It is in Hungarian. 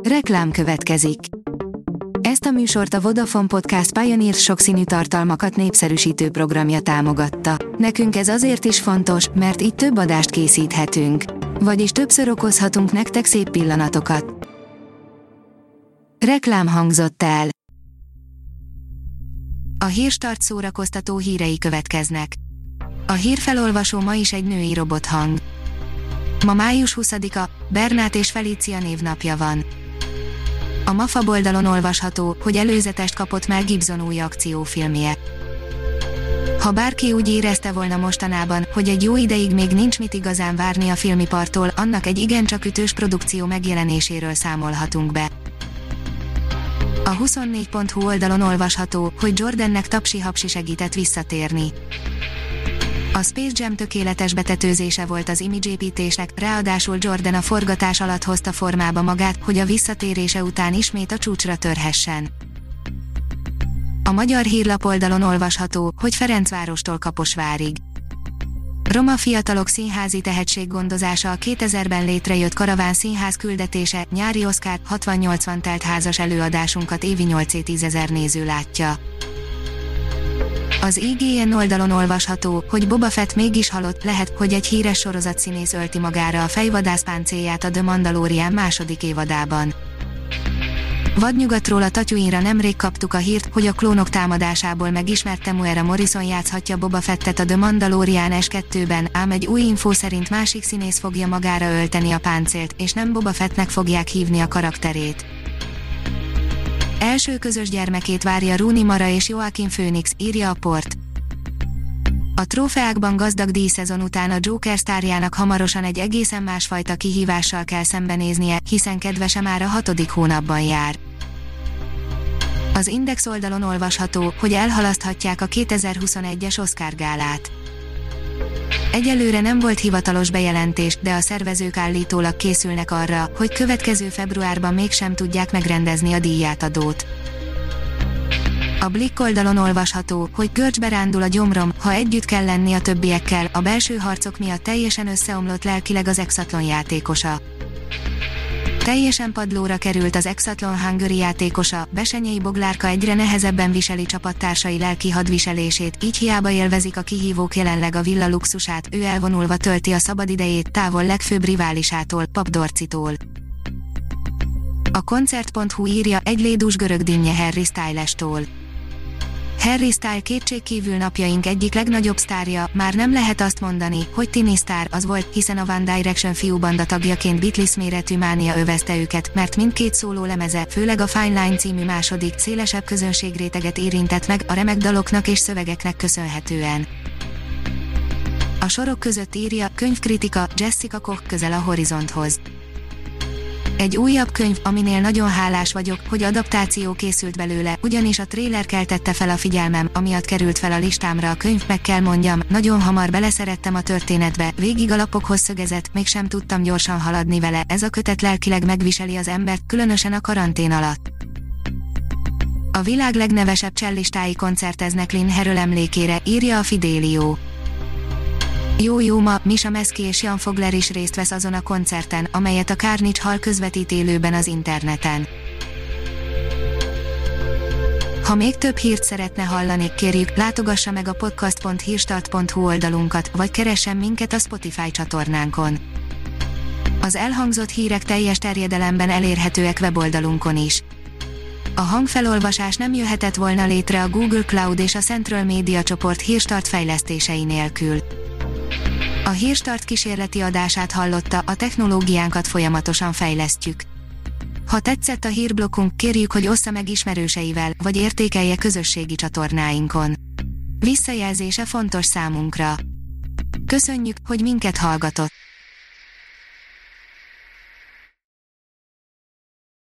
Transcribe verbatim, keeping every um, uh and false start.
Reklám következik. Ezt a műsort a Vodafone Podcast Pioneer sokszínű tartalmakat népszerűsítő programja támogatta. Nekünk ez azért is fontos, mert így több adást készíthetünk. Vagyis többször okozhatunk nektek szép pillanatokat. Reklám hangzott el. A Hírstart szórakoztató hírei következnek. A hírfelolvasó ma is egy női robothang. Ma május huszadika, Bernát és Felícia névnapja van. A Mafab oldalon olvasható, hogy előzetest kapott Mel Gibson új akciófilmje. Ha bárki úgy érezte volna mostanában, hogy egy jó ideig még nincs mit igazán várni a filmipartól, annak egy igencsak ütős produkció megjelenéséről számolhatunk be. A huszonnégy pont hu oldalon olvasható, hogy Jordannek tapsi-hapsi segített visszatérni. A Space Jam tökéletes betetőzése volt az imidzsépítésnek, ráadásul Jordan a forgatás alatt hozta formába magát, hogy a visszatérése után ismét a csúcsra törhessen. A Magyar Hírlap oldalon olvasható, hogy Ferencvárostól Kaposvárig. Roma fiatalok színházi tehetséggondozása a kétezerben létrejött Karaván színház küldetése, nyári Oscar, hatvan-nyolcvan telt házas előadásunkat évi nyolc-tízezer néző látja. Az i gé en oldalon olvasható, hogy Boba Fett mégis halott, lehet, hogy egy híres sorozatszínész ölti magára a fejvadász páncélját a The Mandalorian második évadában. Vadnyugatról a Tatooine-ra nemrég kaptuk a hírt, hogy a klónok támadásából megismert Temuera Morrison játszhatja Boba Fettet a The Mandalorian es kettőben, ám egy új infó szerint másik színész fogja magára ölteni a páncélt, és nem Boba Fettnek fogják hívni a karakterét. Első közös gyermekét várja Rooney Mara és Joaquin Phoenix, írja a Port. A trófeákban gazdag díjszezon után a Joker sztárjának hamarosan egy egészen másfajta kihívással kell szembenéznie, hiszen kedvese már a hatodik hónapban jár. Az Index oldalon olvasható, hogy elhalaszthatják a kétezer-huszonegyes Oscar gálát. Egyelőre nem volt hivatalos bejelentés, de a szervezők állítólag készülnek arra, hogy következő februárban mégsem tudják megrendezni a díjátadót. A Blick oldalon olvasható, hogy görcsbe rándul a gyomrom, ha együtt kell lenni a többiekkel, a belső harcok miatt teljesen összeomlott lelkileg az Exatlon játékosa. Teljesen padlóra került az Exatlon Hungary játékosa, Besenyei Boglárka egyre nehezebben viseli csapattársai lelki hadviselését, így hiába élvezik a kihívók jelenleg a villa luxusát, ő elvonulva tölti a szabadidejét távol legfőbb riválisától, Pap Dorcitól. A koncert pont hu írja, egy lédús görög dinnye Harry Styles-tól. Harry Styles kétségkívül napjaink egyik legnagyobb sztárja, már nem lehet azt mondani, hogy tini sztár az volt, hiszen a One Direction fiúbanda tagjaként Beatles méretű mánia övezte őket, mert mindkét szóló lemeze, főleg a Fine Line című második, szélesebb közönségréteget érintett meg, a remek daloknak és szövegeknek köszönhetően. A sorok között írja, könyvkritika, Jessica Koch közel a horizonthoz. Egy újabb könyv, aminél nagyon hálás vagyok, hogy adaptáció készült belőle, ugyanis a tréler keltette fel a figyelmem, amiatt került fel a listámra a könyv, meg kell mondjam, nagyon hamar beleszerettem a történetbe, végig a lapokhoz szögezett, mégsem tudtam gyorsan haladni vele, ez a kötet lelkileg megviseli az embert, különösen a karantén alatt. A világ legnevesebb csellistái koncerteznek Lynn Harrell emlékére, írja a Fidelio. Jó-jó, ma Misha Meszki és Jan Fogler is részt vesz azon a koncerten, amelyet a Carnage Hall közvetít élőben az interneten. Ha még több hírt szeretne hallani, kérjük, látogassa meg a podcast pont hírstart pont hu oldalunkat, vagy keressen minket a Spotify csatornánkon. Az elhangzott hírek teljes terjedelemben elérhetőek weboldalunkon is. A hangfelolvasás nem jöhetett volna létre a Google Cloud és a Central Media csoport Hírstart fejlesztései nélkül. A Hírstart kísérleti adását hallotta, a technológiánkat folyamatosan fejlesztjük. Ha tetszett a hírblokkunk, kérjük, hogy ossza meg ismerőseivel, vagy értékelje közösségi csatornáinkon. Visszajelzése fontos számunkra. Köszönjük, hogy minket hallgatott!